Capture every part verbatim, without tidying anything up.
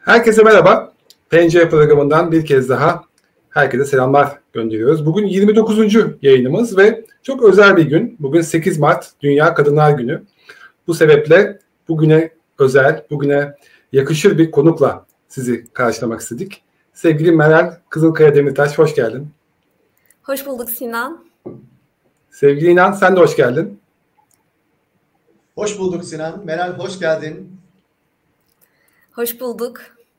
Herkese merhaba. Pencere programından bir kez daha herkese selamlar gönderiyoruz. Bugün yirmi dokuzuncu yayınımız ve çok özel bir gün. Bugün sekiz Mart Dünya Kadınlar Günü. Bu sebeple bugüne özel, bugüne yakışır bir konukla sizi karşılamak istedik. Sevgili Meral Kızılkaya Demirtaş, hoş geldin. Hoş bulduk Sinan. Sevgili İnan, sen de hoş geldin. Hoş bulduk Sinan. Meral, hoş geldin. Hoş bulduk.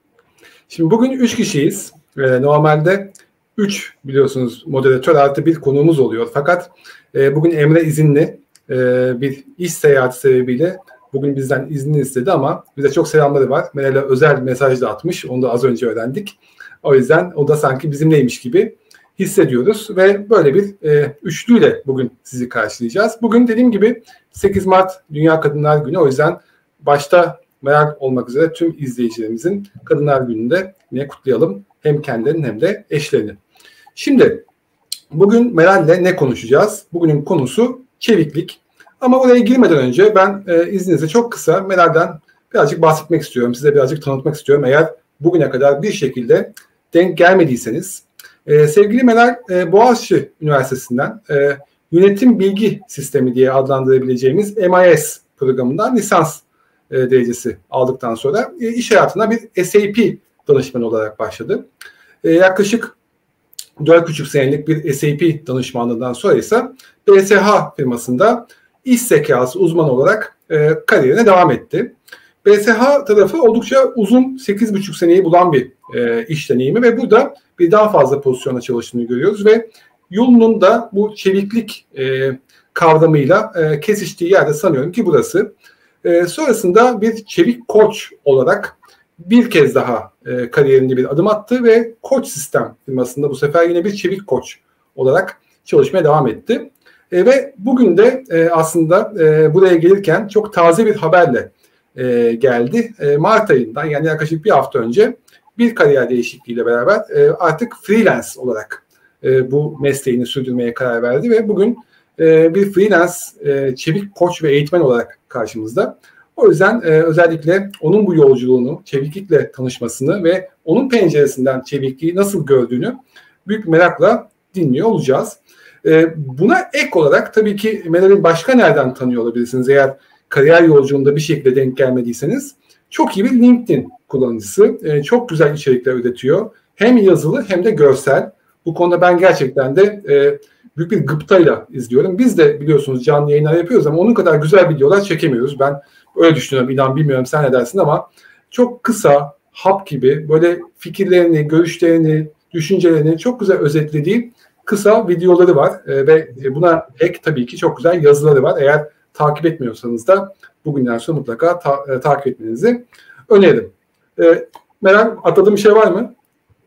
Şimdi bugün üç kişiyiz. Ee, normalde üç biliyorsunuz moderatör artı bir konuğumuz oluyor. Fakat e, bugün Emre izinli e, bir iş seyahati sebebiyle bugün bizden izni istedi ama bize çok selamları var. Meral'e özel mesaj da atmış. Onu da az önce öğrendik. O yüzden o da sanki bizimleymiş gibi hissediyoruz ve böyle bir e, üçlüyle bugün sizi karşılayacağız. Bugün dediğim gibi sekiz Mart Dünya Kadınlar Günü. O yüzden başta Meral olmak üzere tüm izleyicilerimizin Kadınlar Günü'nde yine kutlayalım. Hem kendilerini hem de eşlerini. Şimdi bugün Meral'le ne konuşacağız? Bugünün konusu çeviklik. Ama oraya girmeden önce ben e, izninizle çok kısa Meral'den birazcık bahsetmek istiyorum. Size birazcık tanıtmak istiyorum. Eğer bugüne kadar bir şekilde denk gelmediyseniz. E, sevgili Meral e, Boğaziçi Üniversitesi'nden e, Yönetim Bilgi Sistemi diye adlandırabileceğimiz M I S programından lisans e, derecesi aldıktan sonra e, iş hayatına bir S A P danışmanı olarak başladı. E, yaklaşık dört buçuk senelik bir S A P danışmanlığından sonra ise B S H firmasında iş zekası uzmanı olarak e, kariyerine devam etti. B S H tarafı oldukça uzun sekiz buçuk seneyi bulan bir e, iş deneyimi ve burada bir daha fazla pozisyonda çalıştığını görüyoruz ve yolunun da bu çeviklik e, kavramıyla e, kesiştiği yerde sanıyorum ki burası. E, sonrasında bir çevik koç olarak bir kez daha e, kariyerinde bir adım attı ve Koç Sistem firmasında bu sefer yine bir çevik koç olarak çalışmaya devam etti. E, ve bugün de e, aslında e, buraya gelirken çok taze bir haberle e, geldi. E, Mart ayından yani yaklaşık bir hafta önce bir kariyer değişikliğiyle beraber e, artık freelance olarak e, bu mesleğini sürdürmeye karar verdi ve bugün e, bir freelance e, çevik koç ve eğitmen olarak karşımızda. O yüzden e, özellikle onun bu yolculuğunu, çeviklikle tanışmasını ve onun penceresinden çevikliği nasıl gördüğünü büyük merakla dinliyor olacağız. E, buna ek olarak tabii ki Meral'i başka nereden tanıyor olabilirsiniz eğer kariyer yolculuğunda bir şekilde denk gelmediyseniz. Çok iyi bir LinkedIn kullanıcısı. E, çok güzel içerikler üretiyor. Hem yazılı hem de görsel. Bu konuda ben gerçekten de e, büyük bir gıptayla izliyorum. Biz de biliyorsunuz canlı yayınlar yapıyoruz ama onun kadar güzel videolar çekemiyoruz. Ben öyle düşünüyorum. İnan bilmiyorum sen ne dersin ama çok kısa, hap gibi böyle fikirlerini, görüşlerini, düşüncelerini çok güzel özetlediği kısa videoları var. E, ve buna ek tabii ki çok güzel yazıları var. Eğer takip etmiyorsanız da bugünden sonra mutlaka ta- e, takip etmenizi öneririm. E, Meral, atladığım bir şey var mı?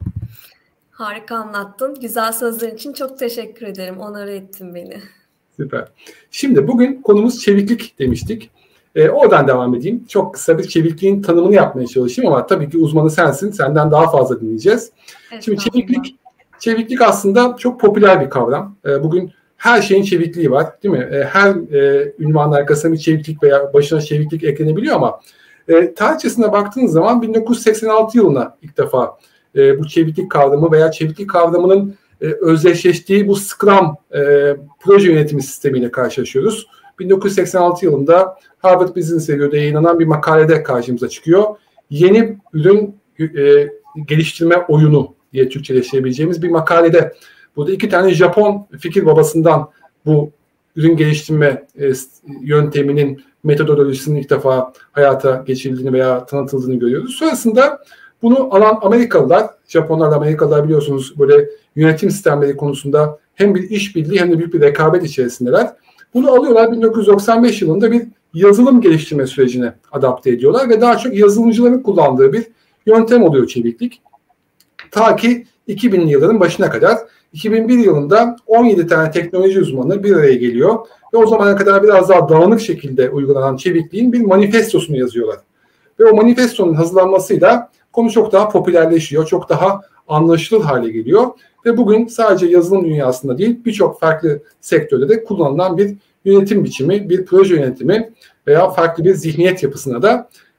Harika anlattın. Güzel sözler için çok teşekkür ederim. Onur ettin beni. Süper. Şimdi bugün konumuz çeviklik demiştik. E, oradan devam edeyim. Çok kısa bir çevikliğin tanımını yapmaya çalışayım ama tabii ki uzmanı sensin. Senden daha fazla dinleyeceğiz. Evet, Şimdi tamam. çeviklik çeviklik aslında çok popüler bir kavram. E, bugün her şeyin çevikliği var, değil mi? E, her e, ünvanın arkasına bir çeviklik veya başına çeviklik eklenebiliyor ama e, tarihçesine baktığınız zaman bin dokuz yüz seksen altı yılına ilk defa e, bu çeviklik kavramı veya çeviklik kavramının e, özdeşleştiği bu Scrum e, proje yönetimi sistemiyle karşılaşıyoruz. bin dokuz yüz seksen altı yılında Harvard Business Review'da yayınlanan bir makalede karşımıza çıkıyor. Yeni ürün e, geliştirme oyunu diye Türkçeleştirebileceğimiz bir makalede burada iki tane Japon fikir babasından bu ürün geliştirme e, yönteminin metodolojisinin ilk defa hayata geçirildiğini veya tanıtıldığını görüyoruz. Sonrasında bunu alan Amerikalılar, Japonlar, Amerikalılar biliyorsunuz böyle yönetim sistemleri konusunda hem bir işbirliği hem de büyük bir rekabet içerisindeler. Bunu alıyorlar bin dokuz yüz doksan beş yılında bir yazılım geliştirme sürecine adapte ediyorlar ve daha çok yazılımcıların kullandığı bir yöntem oluyor çeviklik. Ta ki iki binli yılların başına kadar iki bin bir yılında on yedi tane teknoloji uzmanı bir araya geliyor ve o zamana kadar biraz daha dağınık şekilde uygulanan çevikliğin bir manifestosunu yazıyorlar. Ve o manifestonun hazırlanmasıyla konu çok daha popülerleşiyor, çok daha anlaşılır hale geliyor ve bugün sadece yazılım dünyasında değil birçok farklı sektörde de kullanılan bir yönetim biçimi, bir proje yönetimi veya farklı bir zihniyet yapısına da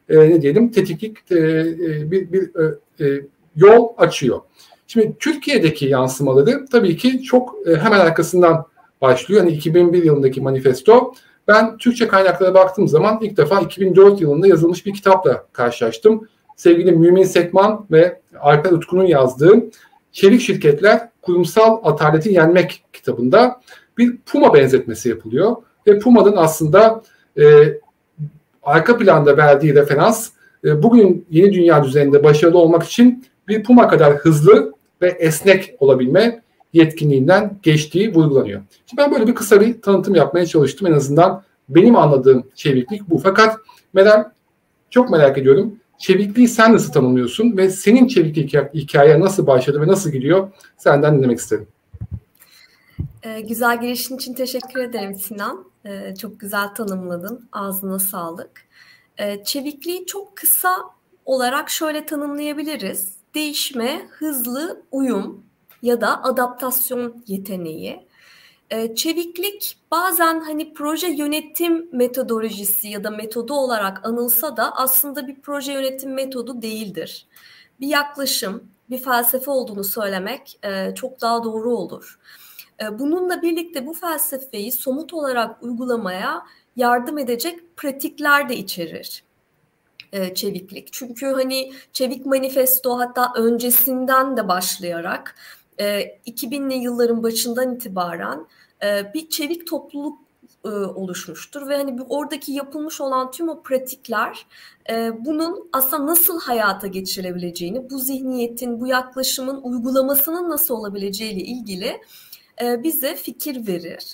e, ne diyelim tetiklik e, e, bir, bir e, yol açıyor. Şimdi Türkiye'deki yansımaları tabii ki çok e, hemen arkasından başlıyor. Hani iki bin bir yılındaki manifesto. Ben Türkçe kaynaklara baktığım zaman ilk defa iki bin dört yılında yazılmış bir kitapla karşılaştım. Sevgili Mümin Sekman ve Alper Utku'nun yazdığı Çelik Şirketler Kurumsal Ataleti Yenmek kitabında bir puma benzetmesi yapılıyor. Ve Puma'nın aslında e, arka planda verdiği referans e, bugün yeni dünya düzeninde başarılı olmak için bir puma kadar hızlı ve esnek olabilme yetkinliğinden geçtiği vurgulanıyor. Şimdi ben böyle bir kısa bir tanıtım yapmaya çalıştım. En azından benim anladığım çeviklik bu. Fakat Meral, çok merak ediyorum. Çevikliği sen nasıl tanımlıyorsun ve senin çeviklik hikaye nasıl başladı ve nasıl gidiyor? Senden dinlemek isterim. Ee, güzel girişin için teşekkür ederim Sinan. Ee, çok güzel tanımladın. Ağzına sağlık. Ee, çevikliği çok kısa olarak şöyle tanımlayabiliriz. Değişme, hızlı uyum ya da adaptasyon yeteneği. Ee, çeviklik bazen hani proje yönetim metodolojisi ya da metodu olarak anılsa da aslında bir proje yönetim metodu değildir. Bir yaklaşım, bir felsefe olduğunu söylemek e, çok daha doğru olur. Bununla birlikte bu felsefeyi somut olarak uygulamaya yardım edecek pratikler de içerir e, çeviklik. Çünkü hani Çevik Manifesto hatta öncesinden de başlayarak e, iki binli yılların başından itibaren e, bir çevik topluluk e, oluşmuştur ve hani oradaki yapılmış olan tüm o pratikler e, bunun aslında nasıl hayata geçirilebileceğini, bu zihniyetin, bu yaklaşımın uygulamasının nasıl olabileceğiyle ilgili bize fikir verir.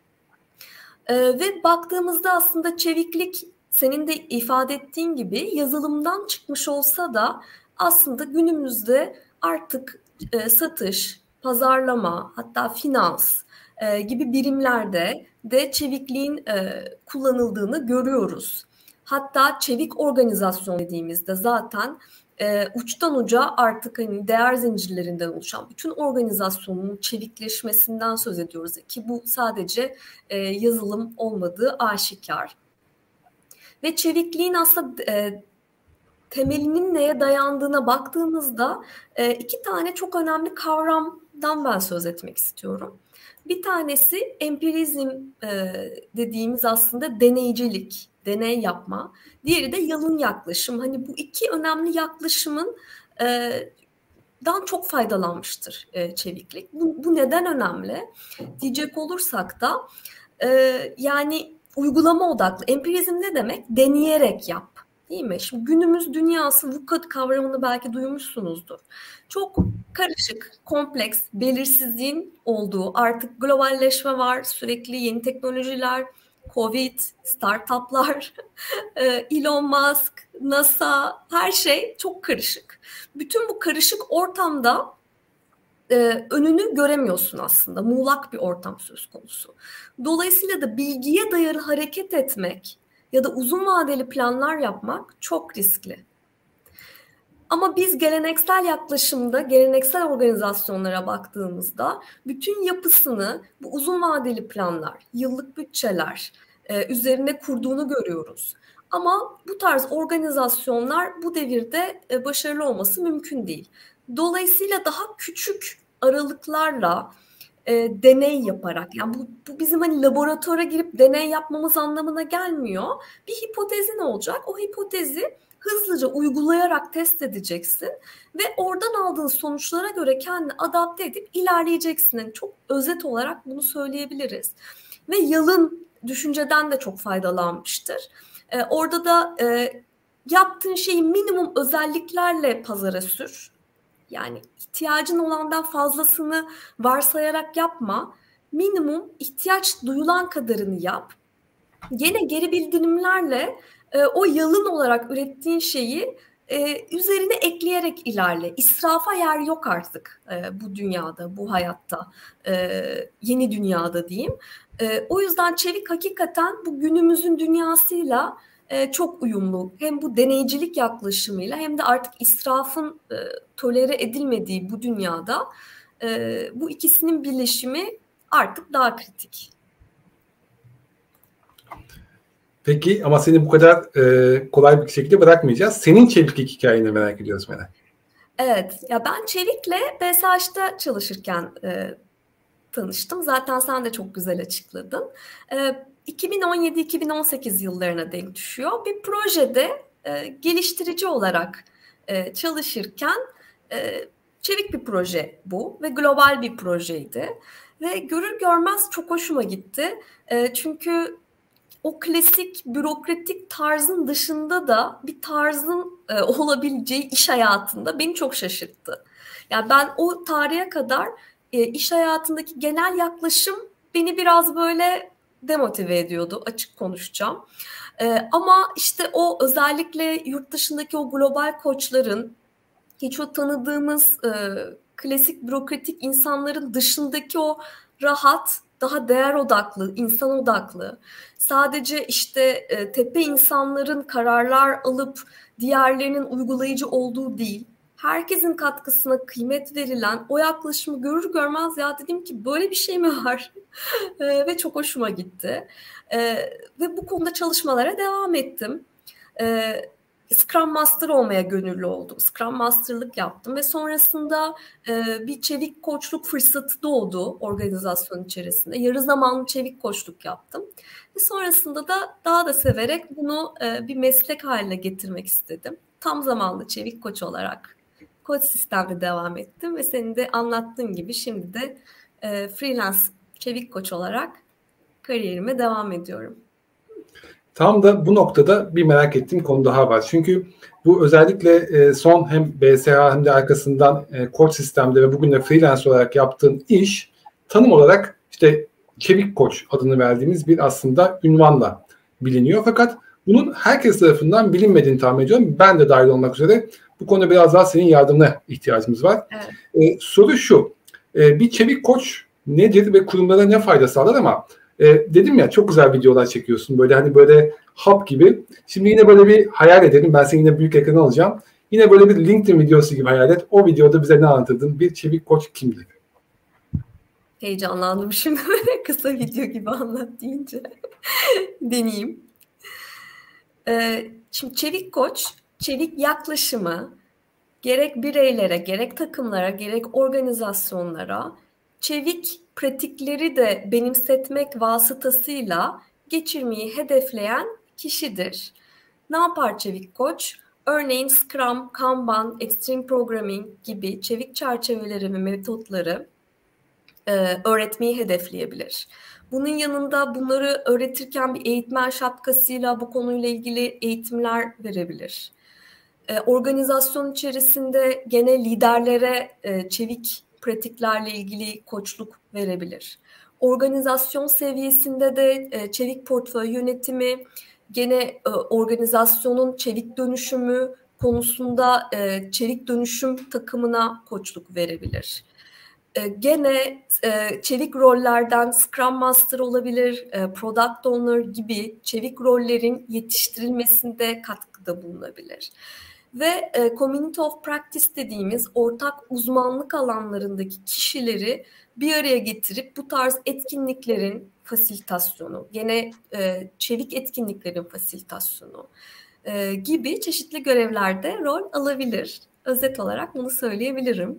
Ve baktığımızda aslında çeviklik senin de ifade ettiğin gibi yazılımdan çıkmış olsa da aslında günümüzde artık satış, pazarlama, hatta finans gibi birimlerde de çevikliğin kullanıldığını görüyoruz. Hatta çevik organizasyon dediğimizde zaten E, uçtan uca artık hani değer zincirlerinden oluşan bütün organizasyonun çevikleşmesinden söz ediyoruz ki bu sadece e, yazılım olmadığı aşikar. Ve çevikliğin aslında e, temelinin neye dayandığına baktığımızda e, iki tane çok önemli kavramdan ben söz etmek istiyorum. Bir tanesi empirizm e, dediğimiz aslında deneycilik, deney yapma. Diğeri de yalın yaklaşım. Hani bu iki önemli yaklaşımın e, dan çok faydalanmıştır e, çeviklik. Bu, bu neden önemli? Diyecek olursak da e, yani uygulama odaklı. Empirizm ne demek? Deneyerek yap. Değil mi? Şimdi günümüz dünyası V U C A kavramını belki duymuşsunuzdur. Çok karışık, kompleks, belirsizliğin olduğu, artık globalleşme var, sürekli yeni teknolojiler, Covid, startuplar, Elon Musk, NASA, her şey çok karışık. Bütün bu karışık ortamda e, önünü göremiyorsun aslında. Muğlak bir ortam söz konusu. Dolayısıyla da bilgiye dayalı hareket etmek ya da uzun vadeli planlar yapmak çok riskli. Ama biz geleneksel yaklaşımda, geleneksel organizasyonlara baktığımızda bütün yapısını bu uzun vadeli planlar, yıllık bütçeler e, üzerine kurduğunu görüyoruz. Ama bu tarz organizasyonlar bu devirde e, başarılı olması mümkün değil. Dolayısıyla daha küçük aralıklarla e, deney yaparak, yani bu, bu bizim hani laboratuvara girip deney yapmamız anlamına gelmiyor. Bir hipotezin olacak, o hipotezi hızlıca uygulayarak test edeceksin ve oradan aldığın sonuçlara göre kendini adapte edip ilerleyeceksin. Yani çok özet olarak bunu söyleyebiliriz. Ve yalın düşünceden de çok faydalanmıştır. Ee, orada da e, yaptığın şeyi minimum özelliklerle pazara sür. Yani ihtiyacın olandan fazlasını varsayarak yapma. Minimum ihtiyaç duyulan kadarını yap. Gene geri bildirimlerle e, o yalın olarak ürettiğin şeyi e, üzerine ekleyerek ilerle. İsrafa yer yok artık e, bu dünyada, bu hayatta, e, yeni dünyada diyeyim. E, o yüzden çevik hakikaten bu günümüzün dünyasıyla e, çok uyumlu. Hem bu deneycilik yaklaşımıyla hem de artık israfın e, tolere edilmediği bu dünyada e, bu ikisinin birleşimi artık daha kritik. Peki ama seni bu kadar e, kolay bir şekilde bırakmayacağız. Senin çeviklik hikayeni merak ediyoruz Meral. Evet, ya ben Çevik'le B S H'da çalışırken e, tanıştım. Zaten sen de çok güzel açıkladın. E, iki bin on yedi iki bin on sekiz yıllarına denk düşüyor. Bir projede e, geliştirici olarak e, çalışırken e, çevik bir proje bu ve global bir projeydi. Ve görür görmez çok hoşuma gitti. E, çünkü o klasik bürokratik tarzın dışında da bir tarzın e, olabileceği iş hayatında beni çok şaşırttı. Yani ben o tarihe kadar e, iş hayatındaki genel yaklaşım beni biraz böyle demotive ediyordu, açık konuşacağım. E, ama işte o özellikle yurt dışındaki o global koçların, hiç o tanıdığımız e, klasik bürokratik insanların dışındaki o rahat, daha değer odaklı, insan odaklı, sadece işte e, tepe insanların kararlar alıp diğerlerinin uygulayıcı olduğu değil, herkesin katkısına kıymet verilen o yaklaşımı görür görmez ya dedim ki böyle bir şey mi var? e, ve çok hoşuma gitti. E, ve bu konuda çalışmalara devam ettim. E, Scrum Master olmaya gönüllü oldum. Scrum Master'lık yaptım ve sonrasında e, bir çevik koçluk fırsatı doğdu organizasyon içerisinde. Yarı zamanlı çevik koçluk yaptım. Ve sonrasında da daha da severek bunu e, bir meslek haline getirmek istedim. Tam zamanlı çevik koç olarak koç sistemde devam ettim ve senin de anlattığın gibi şimdi de e, freelance çevik koç olarak kariyerime devam ediyorum. Tam da bu noktada bir merak ettiğim konu daha var. Çünkü bu özellikle son hem B S H hem de arkasından koç sistemde ve bugün de freelance olarak yaptığın iş tanım olarak işte çevik koç adını verdiğimiz bir aslında ünvanla biliniyor. Fakat bunun herkes tarafından bilinmediğini tahmin ediyorum. Ben de dahil olmak üzere bu konuda biraz daha senin yardımına ihtiyacımız var. Evet. Ee, soru şu, ee, bir çevik koç nedir ve kurumlara ne fayda sağlar ama E, dedim ya çok güzel videolar çekiyorsun böyle hani böyle hap gibi. Şimdi yine böyle bir hayal edelim. Ben seni yine büyük ekrana alacağım. Yine böyle bir LinkedIn videosu gibi hayal et. O videoda bize ne anlatırdın? Bir çevik koç kimdi? Heyecanlandım şimdi böyle kısa video gibi anlat deyince. Deneyeyim. Ee, şimdi çevik koç, çevik yaklaşımı gerek bireylere, gerek takımlara, gerek organizasyonlara çevik pratikleri de benimsetmek vasıtasıyla geçirmeyi hedefleyen kişidir. Ne yapar çevik koç? Örneğin Scrum, Kanban, Extreme Programming gibi çevik çerçeveleri ve metotları e, öğretmeyi hedefleyebilir. Bunun yanında bunları öğretirken bir eğitmen şapkasıyla bu konuyla ilgili eğitimler verebilir. E, organizasyon içerisinde gene liderlere e, çevik pratiklerle ilgili koçluk verebilir. Organizasyon seviyesinde de e, çevik portföy yönetimi, gene e, organizasyonun çevik dönüşümü konusunda e, çevik dönüşüm takımına koçluk verebilir. E, gene e, çevik rollerden Scrum Master olabilir, e, Product Owner gibi çevik rollerin yetiştirilmesinde katkıda bulunabilir. Ve e, Community of Practice dediğimiz ortak uzmanlık alanlarındaki kişileri bir araya getirip bu tarz etkinliklerin fasilitasyonu, gene e, çevik etkinliklerin fasilitasyonu e, gibi çeşitli görevlerde rol alabilir. Özet olarak bunu söyleyebilirim.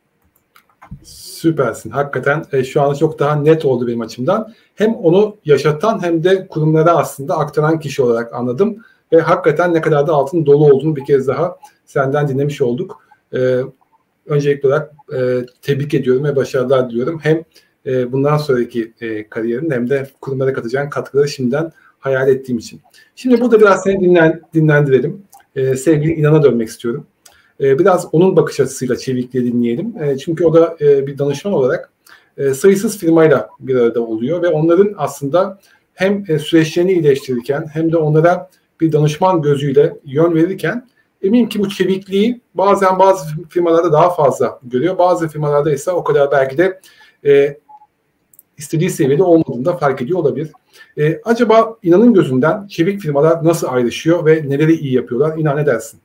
Süpersin. Hakikaten e, şu anda çok daha net oldu benim açımdan. Hem onu yaşatan hem de kurumlara aslında aktaran kişi olarak anladım. Ve hakikaten ne kadar da altın dolu olduğunu bir kez daha senden dinlemiş olduk. Ee, öncelikli olarak e, tebrik ediyorum ve başarılar diliyorum. Hem e, bundan sonraki e, kariyerin hem de kurumlara katacağın katkıları şimdiden hayal ettiğim için. Şimdi burada biraz seni dinlen, dinlendirelim. E, sevgili İnan'a dönmek istiyorum. E, biraz onun bakış açısıyla çevikliği dinleyelim. E, çünkü o da e, bir danışman olarak e, sayısız firmayla bir arada oluyor ve onların aslında hem e, süreçlerini iyileştirirken hem de onlara bir danışman gözüyle yön verirken eminim ki bu çevikliği bazen bazı firmalarda daha fazla görüyor. Bazı firmalarda ise o kadar belki de e, istediği seviyede olmadığını da fark ediyor olabilir. E, acaba İnan'ın gözünden çevik firmalar nasıl ayrışıyor ve neleri iyi yapıyorlar? İnan ne dersin?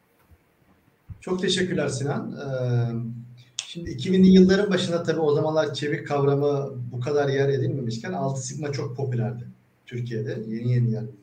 Çok teşekkürler Sinan. Ee, şimdi iki binli yılların başında tabii o zamanlar çevik kavramı bu kadar yer edilmemişken Altı Sigma çok popülerdi Türkiye'de. Yeni yeni yer edildi.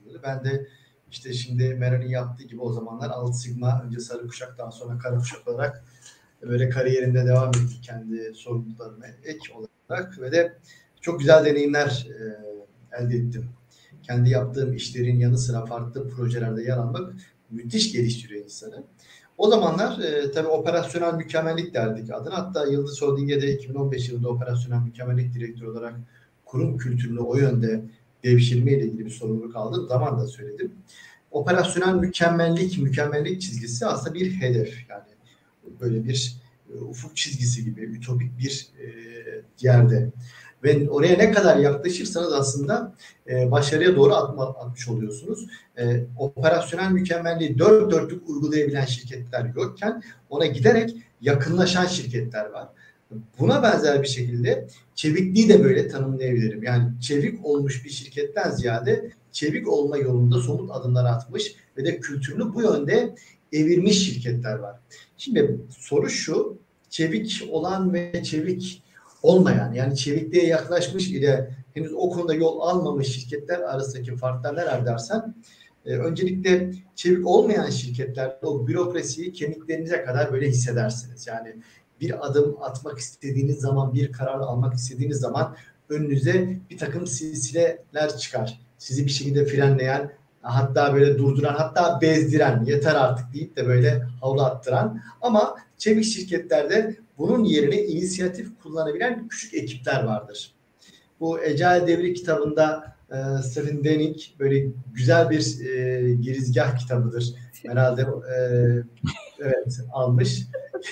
oluyordu. Ben de işte şimdi Meral'in yaptığı gibi o zamanlar Alt Sigma, önce sarı kuşak, daha sonra kara kuşak olarak böyle kariyerinde devam etti kendi sorumluluklarına ek olarak ve de çok güzel deneyimler e, elde ettim. Kendi yaptığım işlerin yanı sıra farklı projelerde yer almak müthiş geliştiriyor insanı. O zamanlar e, tabii operasyonel mükemmellik derdik adına. Hatta Yıldız Holding'e de iki bin on beş yılında operasyonel mükemmellik direktörü olarak kurum kültürünü o yönde devşirme ile ilgili bir sorumluluk aldığım zaman da söyledim. Operasyonel mükemmellik, mükemmellik çizgisi aslında bir hedef. Yani böyle bir e, ufuk çizgisi gibi ütopik bir e, yerde. Ve oraya ne kadar yaklaşırsanız aslında e, başarıya doğru atma, atmış oluyorsunuz. E, operasyonel mükemmelliği dört dörtlük uygulayabilen şirketler yokken ona giderek yakınlaşan şirketler var. Buna benzer bir şekilde çevikliği de böyle tanımlayabilirim. Yani çevik olmuş bir şirketten ziyade çevik olma yolunda somut adımlar atmış ve de kültürünü bu yönde evirmiş şirketler var. Şimdi soru şu, çevik olan ve çevik olmayan, yani çevikliğe yaklaşmış ile henüz o konuda yol almamış şirketler arasındaki farklar neler dersen, e, öncelikle çevik olmayan şirketlerde o bürokrasiyi kemiklerinize kadar böyle hissedersiniz. Yani bir adım atmak istediğiniz zaman, bir karar almak istediğiniz zaman önünüze bir takım silsileler çıkar. Sizi bir şekilde frenleyen, hatta böyle durduran, hatta bezdiren, yeter artık deyip de böyle havlu attıran. Ama çevik şirketlerde bunun yerine inisiyatif kullanabilen küçük ekipler vardır. Bu Agile Devri kitabında e, Stephen Denning böyle güzel bir e, girizgah kitabıdır. Herhalde e, evet almış.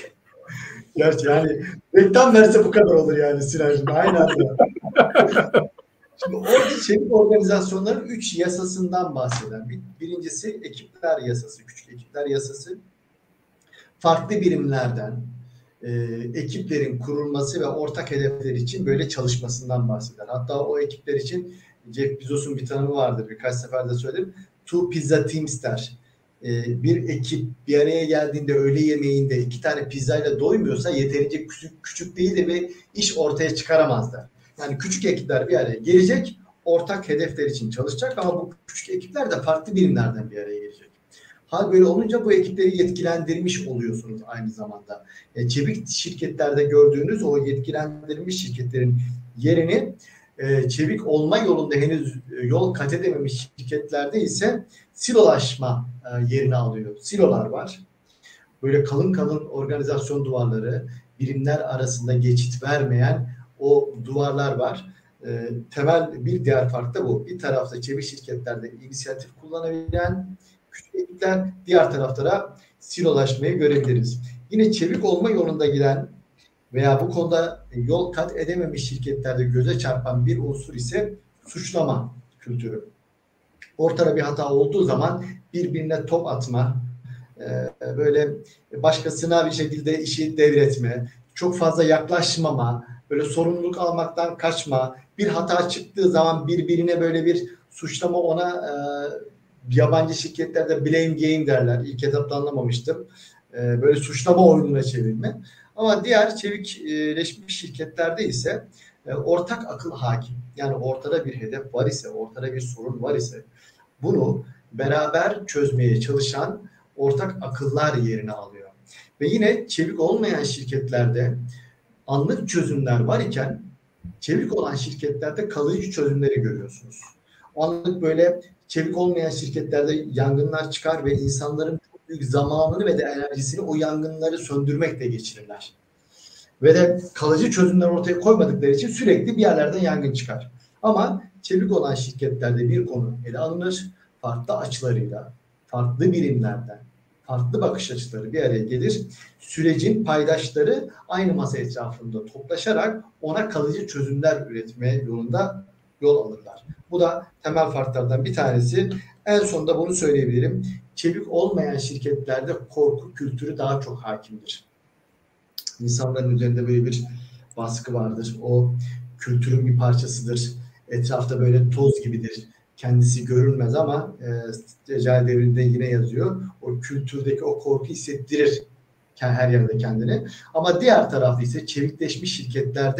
Gerçi yani reklam verse bu kadar olur yani Sinancığım. Aynı anda. Şimdi orada çevik organizasyonların üç yasasından bahseder. Bir, birincisi ekipler yasası, küçük ekipler yasası. Farklı birimlerden e, ekiplerin kurulması ve ortak hedefler için böyle çalışmasından bahseder. Hatta o ekipler için Jeff Bezos'un bir tanımı vardır. Birkaç sefer de söyledim. Two pizza teams der. E, bir ekip bir araya geldiğinde öğle yemeğinde iki tane pizzayla doymuyorsa yeterince küçük, küçük değil de bir iş ortaya çıkaramazlar. Yani küçük ekipler bir araya gelecek, ortak hedefler için çalışacak ama bu küçük ekipler de farklı birimlerden bir araya gelecek. Hal böyle olunca bu ekipleri yetkilendirmiş oluyorsunuz aynı zamanda. E, çevik şirketlerde gördüğünüz o yetkilendirilmiş şirketlerin yerini e, çevik olma yolunda henüz e, yol kat edememiş şirketlerde ise silolaşma e, yerini alıyor. Silolar var. Böyle kalın kalın organizasyon duvarları, birimler arasında geçit vermeyen o duvarlar var. E, temel bir diğer fark da bu. Bir tarafta çevik şirketlerde inisiyatif kullanabilen küçük ekipler, diğer taraflara silolaşmayı görebiliriz. Yine çevik olma yolunda giden veya bu konuda yol kat edememiş şirketlerde göze çarpan bir unsur ise suçlama kültürü. Ortada bir hata olduğu zaman birbirine top atma, böyle başkasına bir şekilde işi devretme, çok fazla yaklaşmama, böyle sorumluluk almaktan kaçma, bir hata çıktığı zaman birbirine böyle bir suçlama, ona yabancı şirketlerde blame game derler. İlk etapta anlamamıştım. Ee, böyle suçlama oyununa çevirme. Ama diğer çevikleşmiş şirketlerde ise e, ortak akıl hakim. Yani ortada bir hedef var ise, ortada bir sorun var ise bunu beraber çözmeye çalışan ortak akıllar yerine alıyor. Ve yine çevik olmayan şirketlerde anlık çözümler var iken çevik olan şirketlerde kalıcı çözümleri görüyorsunuz. Anlık böyle çevik olmayan şirketlerde yangınlar çıkar ve insanların çok büyük zamanını ve de enerjisini o yangınları söndürmekle geçirirler. Ve de kalıcı çözümler ortaya koymadıkları için sürekli bir yerlerden yangın çıkar. Ama çevik olan şirketlerde bir konu ele alınır, farklı açılarıyla, farklı birimlerden, farklı bakış açıları bir araya gelir. Sürecin paydaşları aynı masa etrafında toplaşarak ona kalıcı çözümler üretmeye yolunda yol alırlar. Bu da temel farklardan bir tanesi. En sonunda bunu söyleyebilirim. Çevik olmayan şirketlerde korku kültürü daha çok hakimdir. İnsanların üzerinde böyle bir baskı vardır. O kültürün bir parçasıdır. Etrafta böyle toz gibidir. Kendisi görünmez ama e, Agile Devri'nde yine yazıyor. O kültürdeki o korku hissettirir her yerde kendini. Ama diğer tarafta ise çevikleşmiş şirketlerde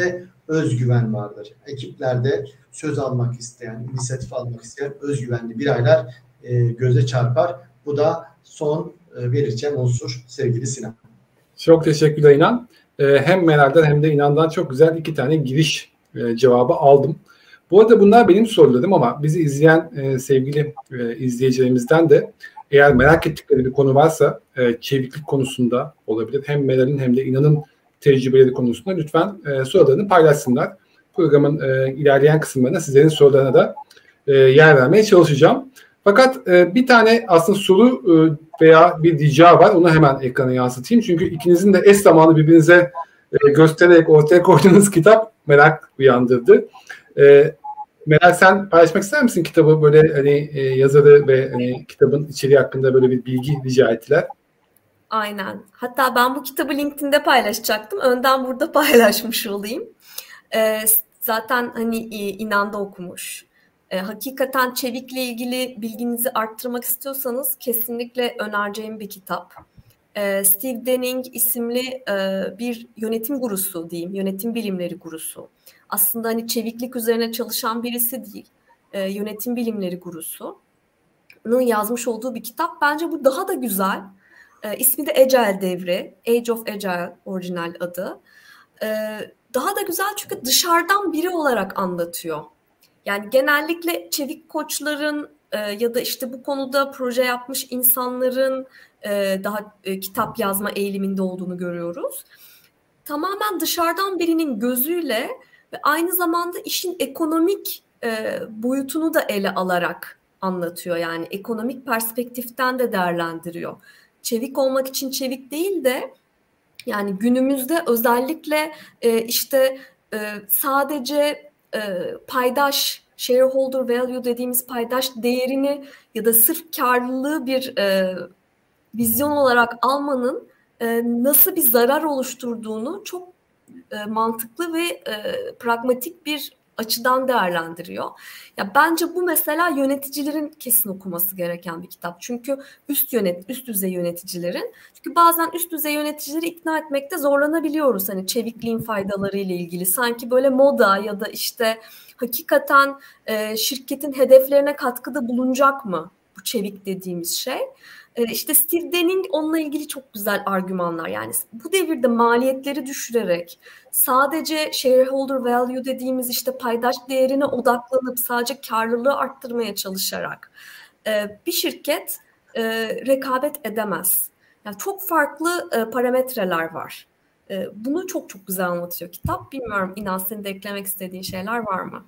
özgüven vardır. Ekiplerde söz almak isteyen, inisiyatif almak isteyen özgüvenli bireyler e, göze çarpar. Bu da son e, vereceğim unsur sevgili Sinan. Çok teşekkürler İnan. E, hem Meral'den hem de İnan'dan çok güzel iki tane giriş e, cevabı aldım. Bu arada bunlar benim sorularım ama bizi izleyen e, sevgili e, izleyicilerimizden de eğer merak ettikleri bir konu varsa e, çeviklik konusunda olabilir. Hem Meral'in hem de İnan'ın tecrübeleri konusunda lütfen e, sorularını paylaşsınlar. Programın e, ilerleyen kısımlarında sizlerin sorularına da e, yer vermeye çalışacağım. Fakat e, bir tane aslında soru e, veya bir rica var. Onu hemen ekrana yansıtayım. Çünkü ikinizin de eş zamanlı birbirinize e, göstererek ortaya koyduğunuz kitap merak uyandırdı. E, Meral, sen paylaşmak ister misin kitabı? Böyle hani e, yazarı ve hani, kitabın içeriği hakkında böyle bir bilgi rica ettiler. Aynen. Hatta ben bu kitabı LinkedIn'de paylaşacaktım. Önden burada paylaşmış olayım. Ee, zaten hani İnan'da okumuş. Ee, hakikaten çevikle ilgili bilginizi arttırmak istiyorsanız kesinlikle önereceğim bir kitap. Ee, Steve Denning isimli e, bir yönetim gurusu diyeyim, yönetim bilimleri gurusu. Aslında hani çeviklik üzerine çalışan birisi değil, e, yönetim bilimleri gurusu'nun yazmış olduğu bir kitap. Bence bu daha da güzel. E, ismi de Agile Devri, Age of Agile orijinal adı. E, daha da güzel çünkü dışarıdan biri olarak anlatıyor. Yani genellikle çevik koçların e, ya da işte bu konuda proje yapmış insanların e, daha e, kitap yazma eğiliminde olduğunu görüyoruz. Tamamen dışarıdan birinin gözüyle ve aynı zamanda işin ekonomik e, boyutunu da ele alarak anlatıyor. Yani ekonomik perspektiften de değerlendiriyor. Çevik olmak için çevik değil de yani günümüzde özellikle e, işte e, sadece e, paydaş, shareholder value dediğimiz paydaş değerini ya da sırf karlılığı bir e, vizyon olarak almanın e, nasıl bir zarar oluşturduğunu çok e, mantıklı ve e, pragmatik bir açıdan değerlendiriyor. Ya bence bu mesela yöneticilerin kesin okuması gereken bir kitap. Çünkü üst yönet üst düzey yöneticilerin. Çünkü bazen üst düzey yöneticileri ikna etmekte zorlanabiliyoruz. Hani çevikliğin faydaları ile ilgili. Sanki böyle moda ya da işte hakikaten e, şirketin hedeflerine katkıda bulunacak mı bu çevik dediğimiz şey? E, işte Steve Denning onunla ilgili çok güzel argümanlar. Yani bu devirde maliyetleri düşürerek sadece shareholder value dediğimiz işte paydaş değerine odaklanıp sadece karlılığı arttırmaya çalışarak e, bir şirket e, rekabet edemez. Yani çok farklı e, parametreler var. E, bunu çok çok güzel anlatıyor kitap. Bilmiyorum İnan, senin de eklemek istediğin şeyler var mı?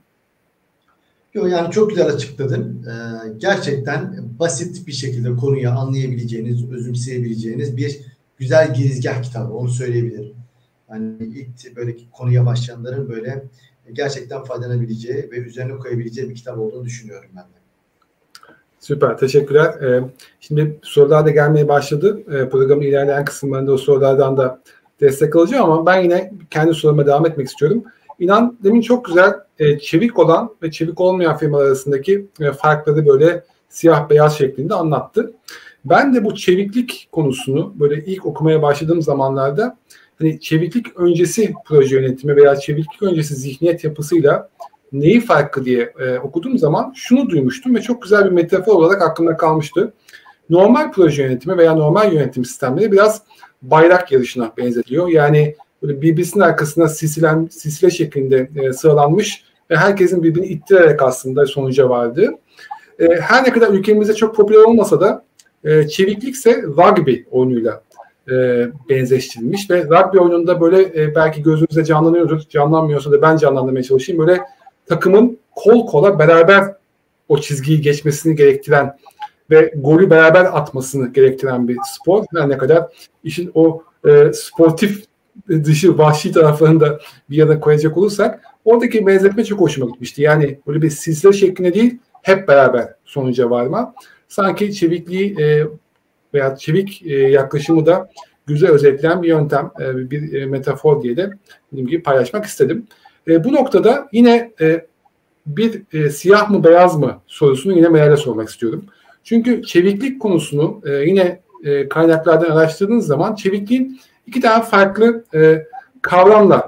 Yok, yani çok güzel açıkladın. Ee, gerçekten basit bir şekilde konuyu anlayabileceğiniz, özümseyebileceğiniz bir güzel girizgah kitabı. Onu söyleyebilirim. Yani ilk böyle konuya başlayanların böyle gerçekten faydalanabileceği ve üzerine koyabileceği bir kitap olduğunu düşünüyorum ben de. Süper, teşekkürler. Ee, şimdi sorular da gelmeye başladı. Ee, programın ilerleyen kısımlarında o sorulardan da destek alacağım ama ben yine kendi soruma devam etmek istiyorum. İnan demin çok güzel e, çevik olan ve çevik olmayan firmalar arasındaki e, farkları böyle siyah beyaz şeklinde anlattı. Ben de bu çeviklik konusunu böyle ilk okumaya başladığım zamanlarda hani çeviklik öncesi proje yönetimi veya çeviklik öncesi zihniyet yapısıyla neyi farklı diye e, okuduğum zaman şunu duymuştum ve çok güzel bir metafor olarak aklımda kalmıştı. Normal proje yönetimi veya normal yönetim sistemleri biraz bayrak yarışına benzetiyor. Yani böyle birbirinin arkasına sisilen, sisile şeklinde e, sıralanmış ve herkesin birbirini ittirerek aslında sonuca vardı. E, her ne kadar ülkemizde çok popüler olmasa da e, çeviklikse rugby oyunuyla e, benzeştirilmiş ve rugby oyununda böyle e, belki gözünüzde canlanıyordur, canlanmıyorsa da ben canlandırmaya çalışayım. Böyle takımın kol kola beraber o çizgiyi geçmesini gerektiren ve golü beraber atmasını gerektiren bir spor. Her ne kadar işin o e, sportif dışı vahşi taraflarını da bir yana koyacak olursak oradaki benzetme çok hoşuma gitmişti. Yani böyle bir silsile şeklinde değil, hep beraber sonuca varma. Sanki çevikliği e, veya çevik e, yaklaşımı da güzel özetleyen bir yöntem, e, bir e, metafor diye de dediğim gibi paylaşmak istedim. E, bu noktada yine e, bir e, siyah mı beyaz mı sorusunu yine Meral'e sormak istiyorum. Çünkü çeviklik konusunu e, yine e, kaynaklardan araştırdığınız zaman çevikliğin iki tane farklı e, kavramla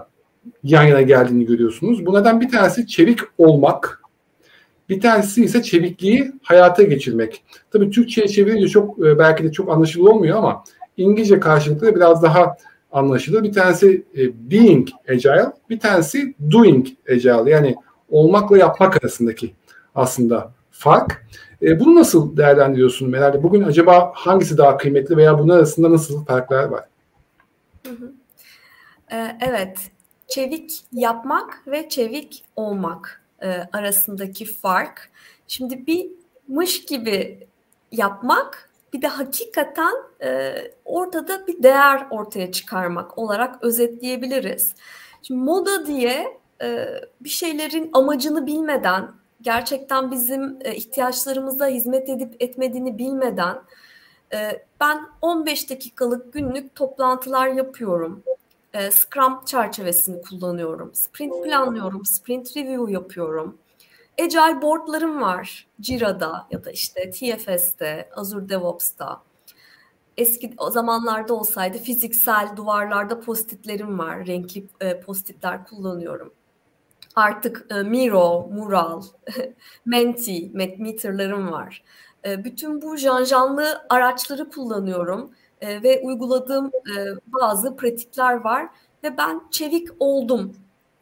yan yana geldiğini görüyorsunuz. Bunlardan bir tanesi çevik olmak. Bir tanesi ise çevikliği hayata geçirmek. Tabii Türkçe'ye çevirince çok belki de çok anlaşılır olmuyor ama İngilizce karşılıkları biraz daha anlaşılır. Bir tanesi being agile, bir tanesi doing agile. Yani olmakla yapmak arasındaki aslında fark. Bunu nasıl değerlendiriyorsun Meral? Bugün acaba hangisi daha kıymetli veya bunun arasında nasıl farklar var? Hı hı. Ee, evet, çevik yapmak ve çevik olmak e, arasındaki fark. Şimdi bir mış gibi yapmak, bir de hakikaten e, ortada bir değer ortaya çıkarmak olarak özetleyebiliriz. Şimdi moda diye e, bir şeylerin amacını bilmeden, gerçekten bizim e, ihtiyaçlarımıza hizmet edip etmediğini bilmeden e, ben on beş dakikalık günlük toplantılar yapıyorum. E, Scrum çerçevesini kullanıyorum. Sprint planlıyorum, sprint review yapıyorum. Agile boardlarım var. Jira'da ya da işte T F S'te, Azure DevOps'ta. Eski o zamanlarda olsaydı fiziksel duvarlarda postitlerim var. Renkli e, postitler kullanıyorum. Artık e, Miro, Mural, Menti, Mentimeter'larım var. E, bütün bu janjanlı araçları kullanıyorum e, ve uyguladığım e, bazı pratikler var ve ben çevik oldum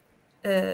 e,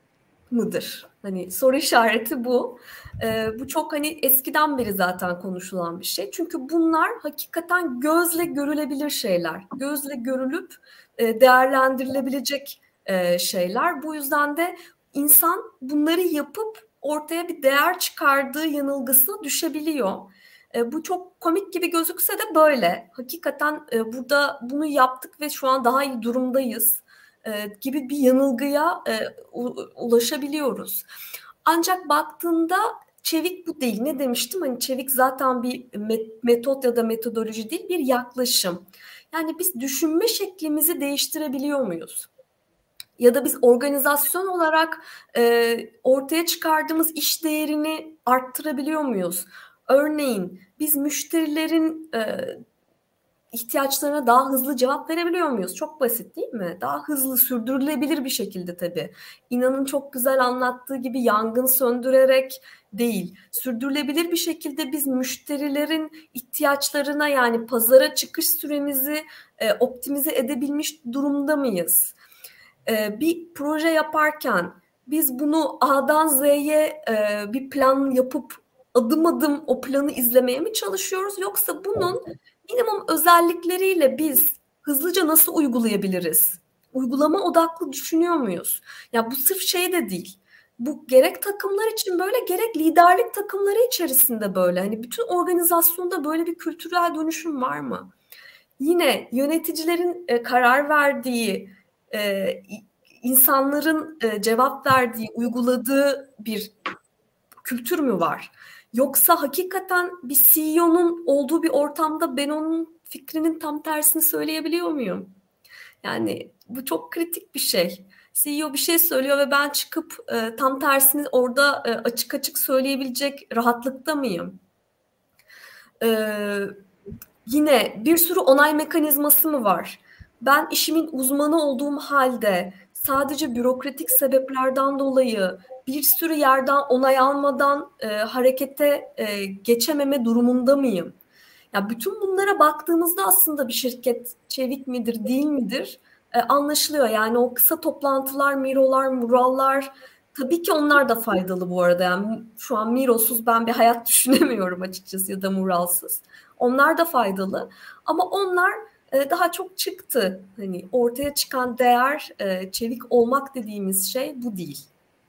mıdır? Hani soru işareti bu. E, bu çok hani eskiden beri zaten konuşulan bir şey. Çünkü bunlar hakikaten gözle görülebilir şeyler. Gözle görülüp e, değerlendirilebilecek e, şeyler. Bu yüzden de insan bunları yapıp ortaya bir değer çıkardığı yanılgısına düşebiliyor. E, bu çok komik gibi gözükse de böyle. Hakikaten e, burada bunu yaptık ve şu an daha iyi durumdayız e, gibi bir yanılgıya e, u- ulaşabiliyoruz. Ancak baktığında çevik bu değil. Ne demiştim? Hani çevik zaten bir met- metot ya da metodoloji değil, bir yaklaşım. Yani biz düşünme şeklimizi değiştirebiliyor muyuz? Ya da biz organizasyon olarak e, ortaya çıkardığımız iş değerini arttırabiliyor muyuz? Örneğin biz müşterilerin e, ihtiyaçlarına daha hızlı cevap verebiliyor muyuz? Çok basit değil mi? Daha hızlı, sürdürülebilir bir şekilde tabii. İnanın çok güzel anlattığı gibi yangın söndürerek değil, sürdürülebilir bir şekilde biz müşterilerin ihtiyaçlarına, yani pazara çıkış süremizi e, optimize edebilmiş durumda mıyız? E, bir proje yaparken biz bunu A'dan Z'ye e, bir plan yapıp adım adım o planı izlemeye mi çalışıyoruz? Yoksa bunun minimum özellikleriyle biz hızlıca nasıl uygulayabiliriz? Uygulama odaklı düşünüyor muyuz? Ya bu sırf şey de değil. Bu gerek takımlar için böyle, gerek liderlik takımları içerisinde böyle. Hani bütün organizasyonda böyle bir kültürel dönüşüm var mı? Yine yöneticilerin e, karar verdiği, e, insanların e, cevap verdiği, uyguladığı bir kültür mü var? Yoksa hakikaten bir C E O'nun olduğu bir ortamda ben onun fikrinin tam tersini söyleyebiliyor muyum? Yani bu çok kritik bir şey. C E O bir şey söylüyor ve ben çıkıp e, tam tersini orada e, açık açık söyleyebilecek rahatlıkta mıyım? Ee, Yine bir sürü onay mekanizması mı var? Ben işimin uzmanı olduğum halde sadece bürokratik sebeplerden dolayı bir sürü yerden onay almadan e, harekete e, geçememe durumunda mıyım? Ya bütün bunlara baktığımızda aslında bir şirket çevik midir, değil midir e, anlaşılıyor. Yani o kısa toplantılar, mirolar, murallar, tabii ki onlar da faydalı bu arada. Yani şu an mirosuz ben bir hayat düşünemiyorum açıkçası, ya da muralsız. Onlar da faydalı ama onlar e, daha çok çıktı. Hani ortaya çıkan değer, e, çevik olmak dediğimiz şey bu değil.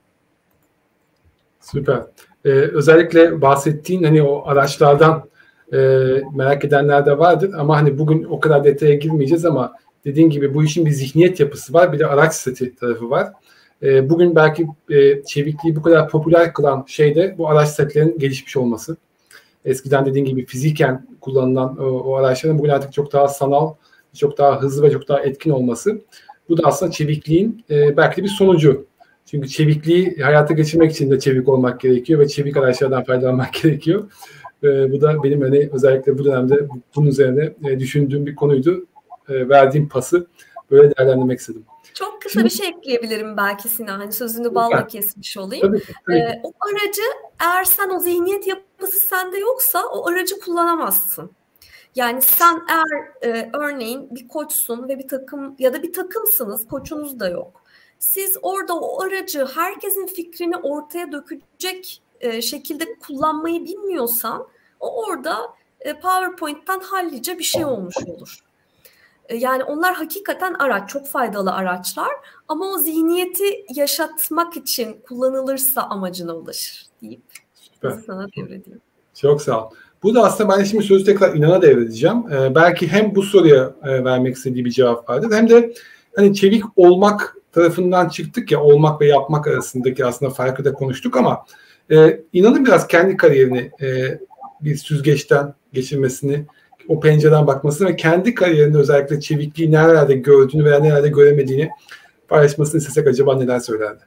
Süper. Ee, özellikle bahsettiğin hani o araçlardan e, merak edenler de vardır ama hani bugün o kadar detaya girmeyeceğiz ama dediğin gibi bu işin bir zihniyet yapısı var, bir de araç seti tarafı var. E, bugün belki e, çevikliği bu kadar popüler kılan şey de bu araç setlerin gelişmiş olması. Eskiden dediğin gibi fiziken kullanılan o, o araçların bugün artık çok daha sanal, çok daha hızlı ve çok daha etkin olması. Bu da aslında çevikliğin e, belki de bir sonucu. Çünkü çevikliği hayata geçirmek için de çevik olmak gerekiyor ve çevik araçlardan faydalanmak gerekiyor. E, bu da benim hani özellikle bu dönemde bunun üzerine e, düşündüğüm bir konuydu. E, verdiğim pası böyle değerlendirmek istedim. Çok kısa Şimdi, bir şey ekleyebilirim belki Sinan. Hani sözünü balla kesmiş olayım. Tabii ki, tabii ki. Ee, o aracı eğer sen o zihniyet yapısı sende yoksa o aracı kullanamazsın. Yani sen eğer e, örneğin bir koçsun ve bir takım ya da bir takımsınız, koçunuz da yok. Siz orada o aracı herkesin fikrini ortaya dökecek e, şekilde kullanmayı bilmiyorsan o orada e, PowerPoint'ten hallice bir şey olmuş olur. E, yani onlar hakikaten araç, çok faydalı araçlar ama o zihniyeti yaşatmak için kullanılırsa amacına ulaşır deyip Süper. sana devredeyim. Çok sağ ol. Bu da aslında ben şimdi sözü tekrar İnan'a devredeceğim. Ee, belki hem bu soruya e, vermek istediği bir cevap vardır hem de hani çevik olmak tarafından çıktık ya, olmak ve yapmak arasındaki aslında farkı da konuştuk ama e, İnan'ın biraz kendi kariyerini e, bir süzgeçten geçirmesini, o pencereden bakmasını ve kendi kariyerinde özellikle çevikliği nerelerde gördüğünü veya nerelerde göremediğini paylaşmasını istesek acaba neler söylerdi?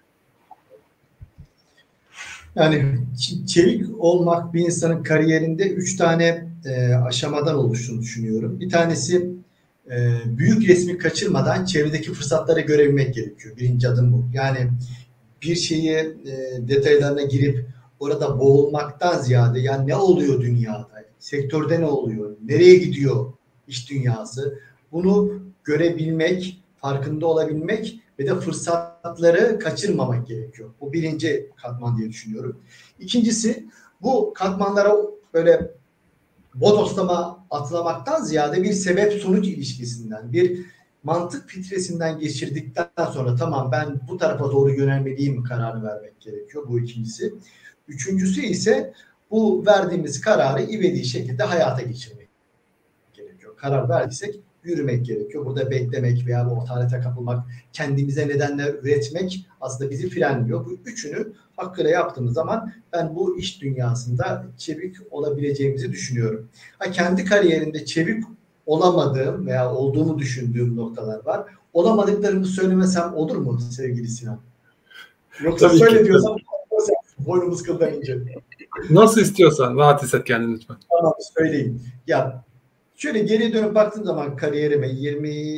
Yani çevik olmak bir insanın kariyerinde üç tane e, aşamadan oluştuğunu düşünüyorum. Bir tanesi e, büyük resmi kaçırmadan çevredeki fırsatları görebilmek gerekiyor. Birinci adım bu. Yani bir şeyi e, detaylarına girip orada boğulmaktan ziyade yani ne oluyor dünyada, sektörde ne oluyor, nereye gidiyor iş dünyası, bunu görebilmek, farkında olabilmek ve de fırsatları kaçırmamak gerekiyor. Bu birinci katman diye düşünüyorum. İkincisi bu katmanlara böyle bodoslama atlamaktan ziyade bir sebep-sonuç ilişkisinden, bir mantık filtresinden geçirdikten sonra tamam ben bu tarafa doğru yönelmeliyim kararı vermek gerekiyor. Bu ikincisi. Üçüncüsü ise bu verdiğimiz kararı ivedi şekilde hayata geçirmek gerekiyor. Karar verdiysek yürümek gerekiyor. Burada beklemek veya bu otalete kapılmak, kendimize nedenler üretmek aslında bizi frenliyor. Bu üçünü hakkıyla yaptığımız zaman ben bu iş dünyasında çevik olabileceğimizi düşünüyorum. Ha, kendi kariyerimde çevik olamadığım veya olduğumu düşündüğüm noktalar var. Olamadıklarımı söylemesem olur mu sevgili Sinan? Yoksa Tabii söyle ki. diyorsam boynumuz kıldan ince. Nasıl istiyorsan rahat hisset kendini lütfen. Tamam söyleyeyim. Ya şöyle geriye dönüp baktığım zaman kariyerime yirmi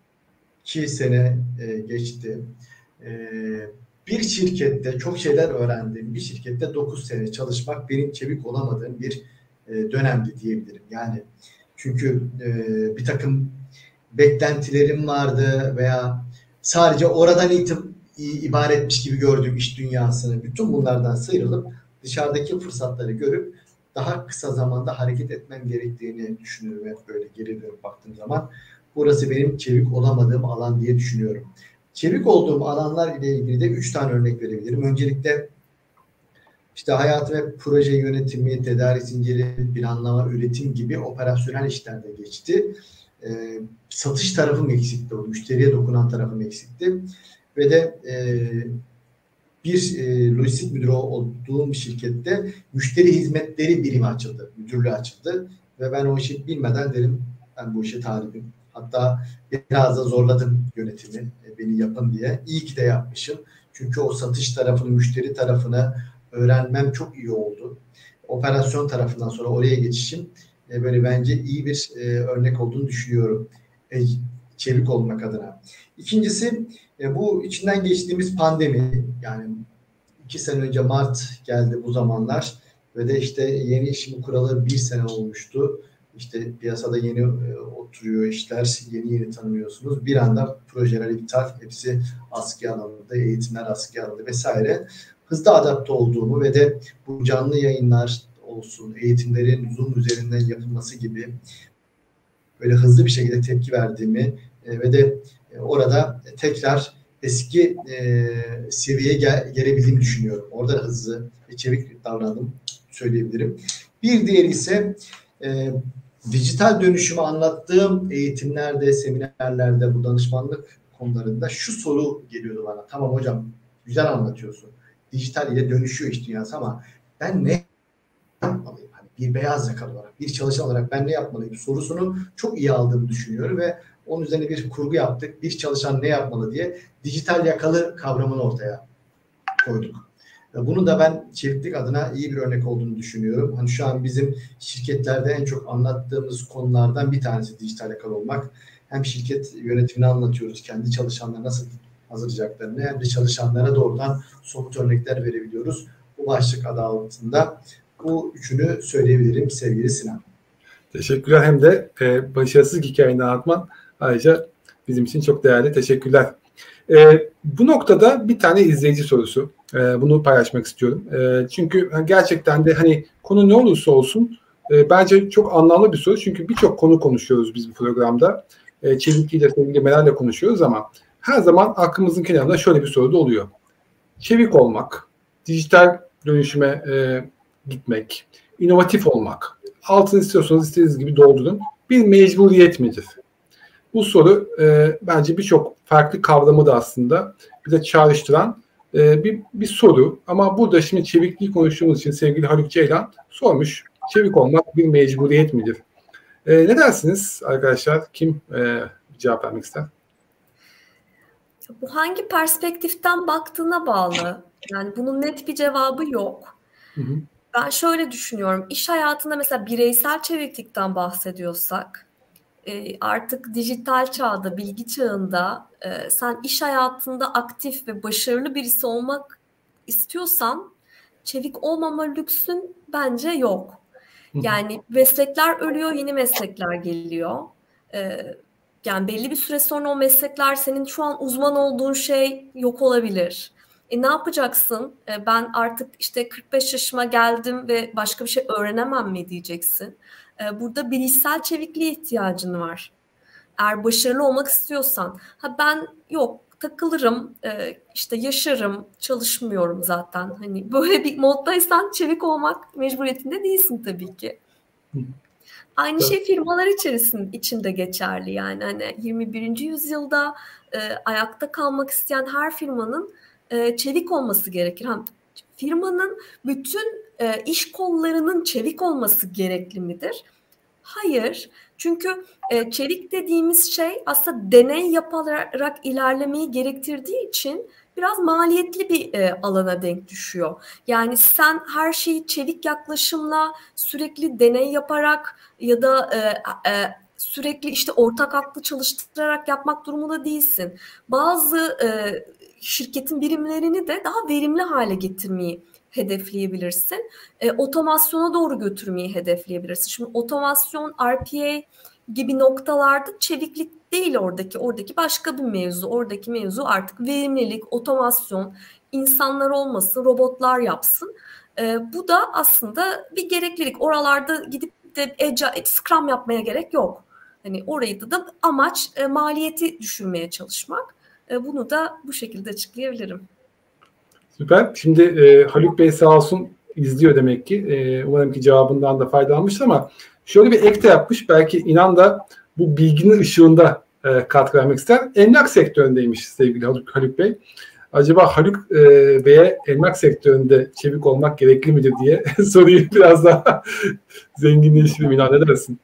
iki sene e, geçti. E, bir şirkette çok şeyler öğrendim. Bir şirkette dokuz sene çalışmak benim çevik olamadığım bir e, dönemdi diyebilirim. Yani çünkü e, bir takım beklentilerim vardı veya sadece oradan itib- ibaretmiş gibi gördüğüm iş dünyasını, bütün bunlardan sıyrılıp dışarıdaki fırsatları görüp daha kısa zamanda hareket etmem gerektiğini düşünüyorum. Hep böyle geri dönüp baktığım zaman burası benim çevik olamadığım alan diye düşünüyorum. Çevik olduğum alanlar ile ilgili de üç tane örnek verebilirim. Öncelikle işte hayat ve proje yönetimi, tedarik zinciri, planlama, üretim gibi operasyonel işlerde geçti. Ee, satış tarafım eksikti. O müşteriye dokunan tarafım eksikti. Ve de e, bir e, lojistik müdürü olduğum bir şirkette müşteri hizmetleri birimi açıldı. Müdürlüğü açıldı. Ve ben o işi bilmeden dedim ben bu işe talibim. Hatta biraz da zorladım yönetimi e, beni yapın diye. İyi ki de yapmışım. Çünkü o satış tarafını, müşteri tarafını öğrenmem çok iyi oldu. Operasyon tarafından sonra oraya geçişim e, böyle bence iyi bir e, örnek olduğunu düşünüyorum. E, çevik olmak adına. İkincisi e, bu içinden geçtiğimiz pandemi, yani iki sene önce Mart geldi bu zamanlar ve de işte yeni işimi kuralı bir sene olmuştu. İşte piyasada yeni e, oturuyor işler, yeni yeni tanımıyorsunuz. Bir anda projeler iptal, hepsi askıya alındı, eğitimler askıya alındı vesaire. Hızlı adapte olduğumu ve de bu canlı yayınlar olsun, eğitimlerin Zoom üzerinden yapılması gibi böyle hızlı bir şekilde tepki verdiğimi e, ve de e, orada tekrar eski e, seviyeye gel, gelebildiğimi düşünüyorum. Orada hızlı ve çevik davrandım söyleyebilirim. Bir diğeri ise e, dijital dönüşümü anlattığım eğitimlerde, seminerlerde, bu danışmanlık konularında şu soru geliyordu bana. Tamam hocam, güzel anlatıyorsun. Dijital ile dönüşüyor iş dünyası ama ben ne yapmalıyım? Hani bir beyaz yakalı olarak, bir çalışan olarak ben ne yapmalıyım sorusunu çok iyi aldığımı düşünüyorum ve onun üzerine bir kurgu yaptık. Bir çalışan ne yapmalı diye dijital yakalı kavramını ortaya koyduk. Bunu da ben çeviklik adına iyi bir örnek olduğunu düşünüyorum. Hani şu an bizim şirketlerde en çok anlattığımız konulardan bir tanesi dijital yakalı olmak. hem şirket yönetimini anlatıyoruz, kendi çalışanlara nasıl hazırlayacaklarını, hem de çalışanlara doğrudan somut örnekler verebiliyoruz. Bu başlık adı altında bu üçünü söyleyebilirim sevgili Sinan. Teşekkürler. Hem de e, başarısız hikayeni anlatman ayrıca bizim için çok değerli. Teşekkürler. E, bu noktada bir tane izleyici sorusu. E, bunu paylaşmak istiyorum. E, çünkü gerçekten de hani konu ne olursa olsun e, bence çok anlamlı bir soru. Çünkü birçok konu konuşuyoruz biz bu programda. E, çevikliğiyle, sevgili Meral'le konuşuyoruz ama her zaman aklımızın kenarında şöyle bir soru da oluyor. Çevik olmak, dijital dönüşüme e, gitmek, inovatif olmak, altını istiyorsanız istediğiniz gibi doldurun. Bir mecburiyet midir? Bu soru e, bence birçok farklı kavramı da aslında bize çağrıştıran e, bir, bir soru. Ama burada şimdi çevikliği konuştuğumuz için sevgili Haluk Ceylan sormuş. Çevik olmak bir mecburiyet midir? E, ne dersiniz arkadaşlar? Kim e, cevap vermek ister? Bu hangi perspektiften baktığına bağlı. Yani bunun net bir cevabı yok. Hı hı. Ben şöyle düşünüyorum. İş hayatında mesela bireysel çeviklikten bahsediyorsak artık dijital çağda, bilgi çağında sen iş hayatında aktif ve başarılı birisi olmak istiyorsan çevik olmama lüksün bence yok. Yani meslekler ölüyor, yeni meslekler geliyor. Yani belli bir süre sonra o meslekler senin şu an uzman olduğun şey yok olabilir. E ne yapacaksın? E ben artık işte kırk beş yaşıma geldim ve başka bir şey öğrenemem mi diyeceksin? E burada bilişsel çevikliğe ihtiyacın var. Eğer başarılı olmak istiyorsan. Ha ben yok takılırım, e işte yaşarım, çalışmıyorum zaten. Hani böyle bir moddaysan çevik olmak mecburiyetinde değilsin tabii ki. Aynı evet. şey firmalar içerisinde içinde geçerli yani hani yirmi birinci yüzyılda e, ayakta kalmak isteyen her firmanın e, çevik olması gerekir. Ha, firmanın bütün e, iş kollarının çevik olması gerekli midir? Hayır. Çünkü e, çevik dediğimiz şey aslında deney yaparak ilerlemeyi gerektirdiği için biraz maliyetli bir e, alana denk düşüyor. Yani sen her şeyi çevik yaklaşımla sürekli deney yaparak ya da e, e, sürekli işte ortak aklı çalıştırarak yapmak durumunda değilsin. Bazı e, şirketin birimlerini de daha verimli hale getirmeyi hedefleyebilirsin. E, otomasyona doğru götürmeyi hedefleyebilirsin. Şimdi otomasyon, R P A gibi noktalarda çeviklik değil oradaki. Oradaki başka bir mevzu. Oradaki mevzu artık verimlilik, otomasyon, insanlar olmasın, robotlar yapsın. E, bu da aslında bir gereklilik. Oralarda gidip de Agile, Scrum yapmaya gerek yok. Hani orayı da, da amaç e, maliyeti düşürmeye çalışmak. E, bunu da bu şekilde açıklayabilirim. Süper. Şimdi e, Haluk Bey sağ olsun izliyor demek ki. E, umarım ki cevabından da faydalanmıştır ama şöyle bir ek de yapmış. Belki inan da bu bilginin ışığında e, katkı vermek ister. Emlak sektöründeymiş sevgili Haluk, Haluk Bey. Acaba Haluk e, Bey'e emlak sektöründe çevik olmak gerekli midir diye soruyu biraz daha zenginleştireyim. İnan ne dersin?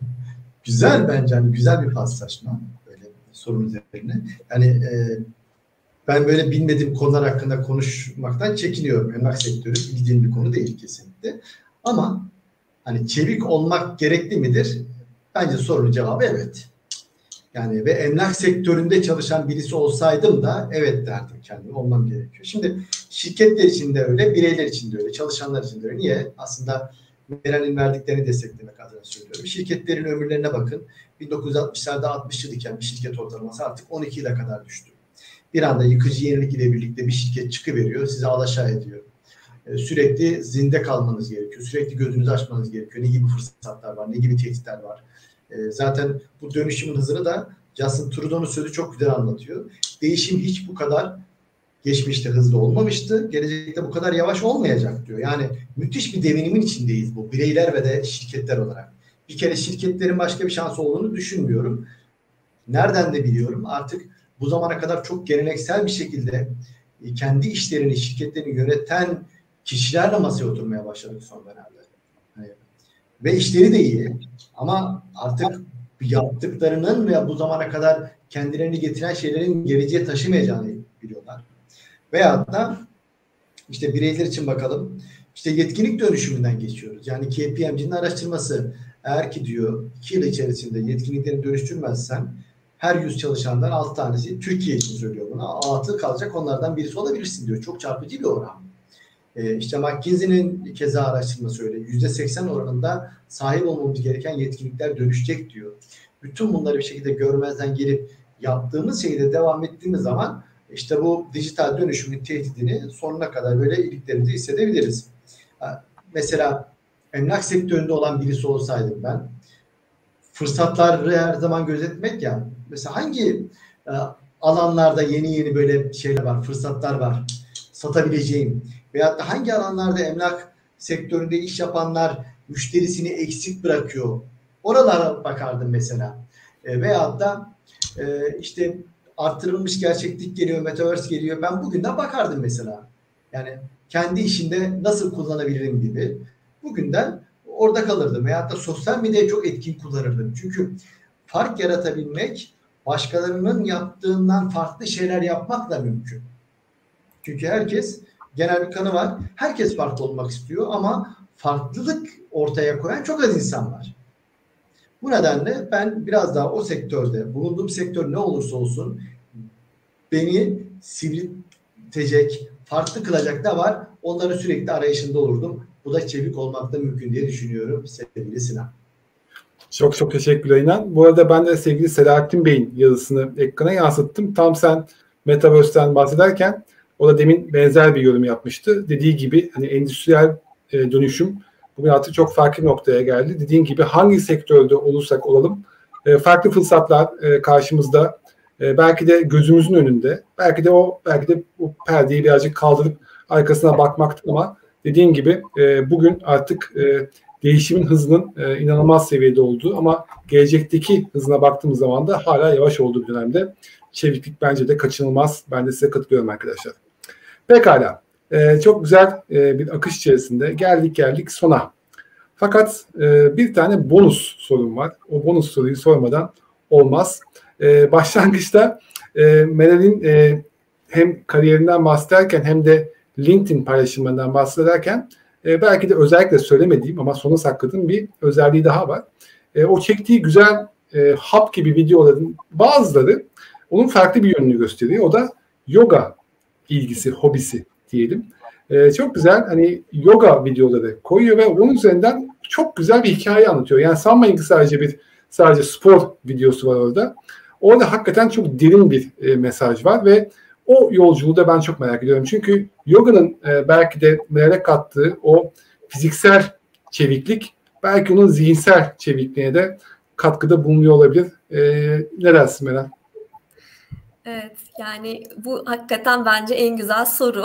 Güzel bence. Yani güzel bir paslaşma. Böyle sorun üzerine. Yani e, ben böyle bilmediğim konular hakkında konuşmaktan çekiniyorum. Emlak sektörü bildiğim bir konu değil kesinlikle. Ama hani çevik olmak gerekli midir? Bence sorunun cevabı evet. Yani ve emlak sektöründe çalışan birisi olsaydım da evet derdim kendime, olmam gerekiyor. Şimdi şirketler için de öyle, bireyler için de öyle, çalışanlar için de öyle. Niye? Aslında Meral'in verdiklerini desteklemek adına söylüyorum. Şirketlerin ömürlerine bakın. bin dokuz yüz altmışlarda altmış yıl iken bir şirket ortalaması artık on iki yıla kadar düştü. Bir anda yıkıcı yenilik ile birlikte bir şirket çıkıveriyor, sizi alaşağı ediyor. Ee, sürekli zinde kalmanız gerekiyor. Sürekli gözünüzü açmanız gerekiyor. Ne gibi fırsatlar var, ne gibi tehditler var. Ee, zaten bu dönüşümün hızını da Justin Trudeau'nun sözü çok güzel anlatıyor. Değişim hiç bu kadar geçmişte hızlı olmamıştı. Gelecekte bu kadar yavaş olmayacak diyor. Yani müthiş bir devinimin içindeyiz bu. Bireyler ve de şirketler olarak. Bir kere şirketlerin başka bir şansı olduğunu düşünmüyorum. Nereden de biliyorum? Artık bu zamana kadar çok geleneksel bir şekilde kendi işlerini, şirketlerini yöneten kişilerle masaya oturmaya başladık son dönemde. Yani, ve işleri de iyi. Ama artık yaptıklarının veya bu zamana kadar kendilerini getiren şeylerin geleceğe taşımayacağını biliyorlar. Veyahut da işte bireyler için bakalım. İşte yetkinlik dönüşümünden geçiyoruz. Yani K P M G'nin araştırması eğer ki diyor iki yıl içerisinde yetkinliklerini dönüştürmezsen her yüz çalışandan altı tanesi, Türkiye için söylüyor bunu, altı kalacak onlardan birisi olabilirsin diyor. Çok çarpıcı bir oran. Ee, işte McKinsey'nin keza araştırması öyle. yüzde seksen oranında sahip olmamız gereken yetkinlikler dönüşecek diyor. Bütün bunları bir şekilde görmezden gelip yaptığımız şeyde devam ettiğimiz zaman işte bu dijital dönüşümün tehdidini sonuna kadar böyle iliklerimizi hissedebiliriz. Mesela emlak sektöründe olan birisi olsaydım ben, fırsatları her zaman gözetmek ya. Mesela hangi e, alanlarda yeni yeni böyle şeyler var, fırsatlar var, satabileceğim. Veyahut da hangi alanlarda emlak sektöründe iş yapanlar müşterisini eksik bırakıyor. Oralara bakardım mesela. E, veyahut da e, işte arttırılmış gerçeklik geliyor, metaverse geliyor. Ben bugünden bakardım mesela. Yani kendi işinde nasıl kullanabilirim gibi. Bugünden orada kalırdım. Veyahut da sosyal medyayı çok etkin kullanırdım. Çünkü fark yaratabilmek başkalarının yaptığından farklı şeyler yapmak da mümkün. Çünkü herkes, genel bir kanı var. Herkes farklı olmak istiyor ama farklılık ortaya koyan çok az insan var. Bu nedenle ben biraz daha o sektörde, bulunduğum sektör ne olursa olsun beni sivriltecek, farklı kılacak ne var? Onların sürekli arayışında olurdum. Bu da çevik olmak da mümkün diye düşünüyorum sevgili Sinan. Çok çok teşekkürler İnan. Bu arada ben de sevgili Selahattin Bey'in yazısını ekrana yansıttım. Tam sen Metaverse'ten bahsederken o da demin benzer bir yorum yapmıştı. Dediği gibi hani endüstriyel e, dönüşüm bugün artık çok farklı bir noktaya geldi. Dediğin gibi hangi sektörde olursak olalım e, farklı fırsatlar e, karşımızda. E, belki de gözümüzün önünde. Belki de o belki de o perdeyi birazcık kaldırıp arkasına bakmaktı ama dediğin gibi e, bugün artık e, değişimin hızının e, inanılmaz seviyede olduğu ama gelecekteki hızına baktığımız zaman da hala yavaş olduğu bir dönemde çeviklik bence de kaçınılmaz. Ben de size katılıyorum arkadaşlar. Pekala. E, çok güzel e, bir akış içerisinde geldik geldik sona. Fakat e, bir tane bonus sorum var. O bonus soruyu sormadan olmaz. E, başlangıçta e, Meral'in e, hem kariyerinden bahsederken hem de LinkedIn paylaşımlarından bahsederken e, belki de özellikle söylemediğim ama sona sakladığım bir özelliği daha var. E, o çektiği güzel e, hap gibi videoların bazıları onun farklı bir yönünü gösteriyor. O da yoga ilgisi, hobisi diyelim. E, çok güzel hani yoga videoları koyuyor ve onun üzerinden çok güzel bir hikaye anlatıyor. Yani sanmayın ki sadece bir sadece spor videosu var orada. Orada hakikaten çok derin bir e, mesaj var ve o yolculuğu da ben çok merak ediyorum. Çünkü yoganın e, belki de merak kattığı o fiziksel çeviklik belki onun zihinsel çevikliğine de katkıda bulunuyor olabilir. E, ne dersin Meral? Evet, yani bu hakikaten bence en güzel soru.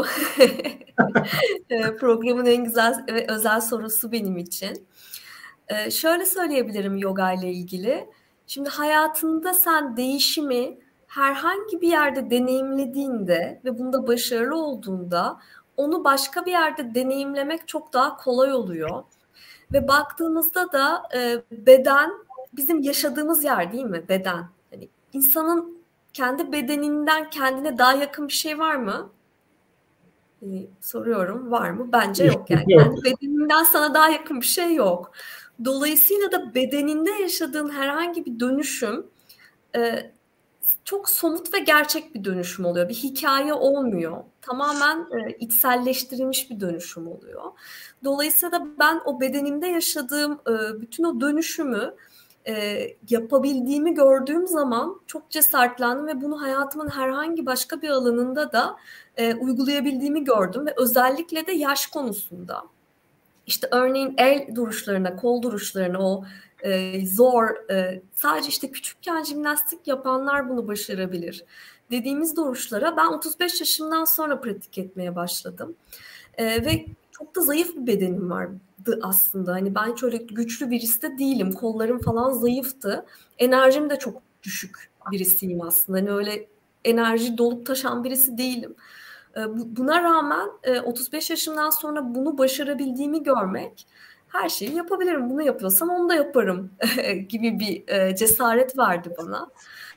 Programın en güzel ve özel sorusu benim için. Ee, şöyle söyleyebilirim yoga ile ilgili. Şimdi hayatında sen değişimi herhangi bir yerde deneyimlediğinde ve bunda başarılı olduğunda onu başka bir yerde deneyimlemek çok daha kolay oluyor. Ve baktığımızda da e, beden bizim yaşadığımız yer değil mi? Beden. Yani insanın kendi bedeninden kendine daha yakın bir şey var mı? Ee, soruyorum, var mı? Bence yok. Yani kendi bedeninden sana daha yakın bir şey yok. Dolayısıyla da bedeninde yaşadığın herhangi bir dönüşüm e, çok somut ve gerçek bir dönüşüm oluyor. Bir hikaye olmuyor. Tamamen e, içselleştirilmiş bir dönüşüm oluyor. Dolayısıyla da ben o bedenimde yaşadığım e, bütün o dönüşümü e, yapabildiğimi gördüğüm zaman çok cesaretlendim ve bunu hayatımın herhangi başka bir alanında da e, uygulayabildiğimi gördüm ve özellikle de yaş konusunda. İşte örneğin el duruşlarına, kol duruşlarına, o e, zor, e, sadece işte küçükken jimnastik yapanlar bunu başarabilir dediğimiz duruşlara ben otuz beş yaşımdan sonra pratik etmeye başladım. E, ve çok da zayıf bir bedenim vardı aslında. Hani ben hiç öyle güçlü birisi de değilim. Kollarım falan zayıftı. Enerjim de çok düşük birisiyim aslında. Hani öyle enerji dolup taşan birisi değilim. Buna rağmen otuz beş yaşımdan sonra bunu başarabildiğimi görmek, her şeyi yapabilirim, bunu yapıyorsam onu da yaparım gibi bir cesaret verdi bana.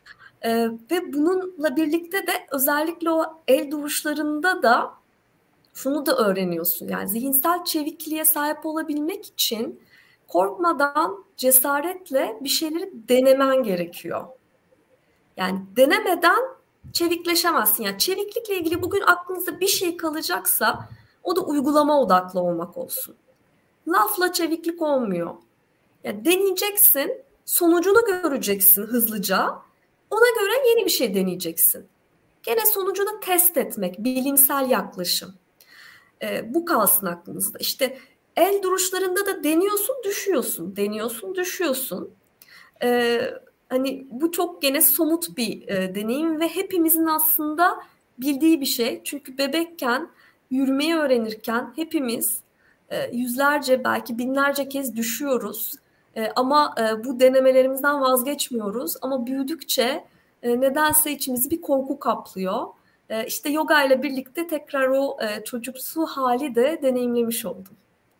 Ve bununla birlikte de özellikle o el duruşlarında da şunu da öğreniyorsun. Yani zihinsel çevikliğe sahip olabilmek için korkmadan, cesaretle bir şeyleri denemen gerekiyor. Yani denemeden çevikleşemezsin. Yani çeviklikle ilgili bugün aklınızda bir şey kalacaksa o da uygulama odaklı olmak olsun. Lafla çeviklik olmuyor. Yani deneyeceksin, sonucunu göreceksin hızlıca. Ona göre yeni bir şey deneyeceksin. Gene sonucunu test etmek, bilimsel yaklaşım. Ee, bu kalsın aklınızda. İşte el duruşlarında da deniyorsun, düşüyorsun. Deniyorsun, düşüyorsun. Ee, hani bu çok gene somut bir e, deneyim ve hepimizin aslında bildiği bir şey. Çünkü bebekken, yürümeyi öğrenirken hepimiz e, yüzlerce, belki binlerce kez düşüyoruz. E, ama e, bu denemelerimizden vazgeçmiyoruz. Ama büyüdükçe e, nedense içimizi bir korku kaplıyor. E, işte yoga ile birlikte tekrar o e, çocuksu hali de deneyimlemiş oldum.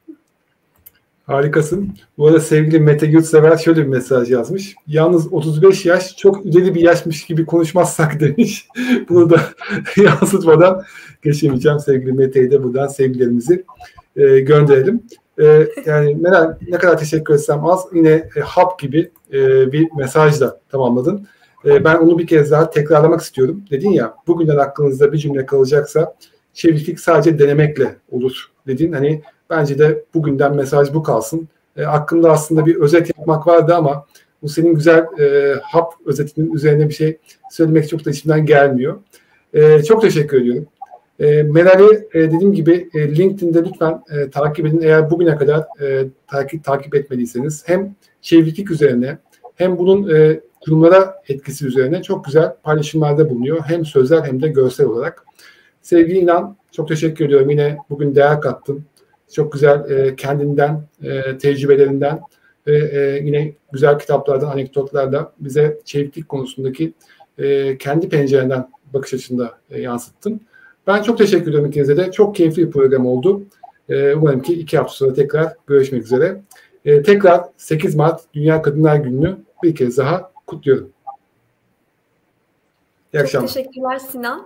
Harikasın. Bu arada sevgili Mete Gürtsever şöyle bir mesaj yazmış. Yalnız otuz beş yaş çok ileri bir yaşmış gibi konuşmazsak demiş. Bunu da yansıtmadan geçemeyeceğim. Sevgili Mete'ye de buradan sevgilerimizi e, gönderelim. E, yani Meral, ne kadar teşekkür etsem az. Yine e, hap gibi e, bir mesajla tamamladın. E, ben onu bir kez daha tekrarlamak istiyorum. Dedin ya, bugünden aklınızda bir cümle kalacaksa çeviklik sadece denemekle olur dedin. Hani bence de bugünden mesaj bu kalsın. E, aklımda aslında bir özet yapmak vardı ama bu senin güzel e, hap özetinin üzerine bir şey söylemek çok da içimden gelmiyor. E, çok teşekkür ediyorum. E, Meral'i e, dediğim gibi e, LinkedIn'de lütfen e, takip edin. Eğer bugüne kadar e, takip, takip etmediyseniz hem çeviklik üzerine hem bunun e, kurumlara etkisi üzerine çok güzel paylaşımlarda bulunuyor. Hem sözler hem de görsel olarak. Sevgili İnan, çok teşekkür ediyorum. Yine bugün değer kattın. Çok güzel e, kendinden, e, tecrübelerinden ve e, yine güzel kitaplardan, anekdotlarla bize çeviklik konusundaki e, kendi pencerenden bakış açında e, yansıttın. Ben çok teşekkür ediyorum ikinize de. Çok keyifli bir program oldu. E, umarım ki iki hafta sonra tekrar görüşmek üzere. E, tekrar sekiz Mart Dünya Kadınlar Günü'nü bir kez daha kutluyorum. İyi çok akşamlar. Teşekkürler Sinan.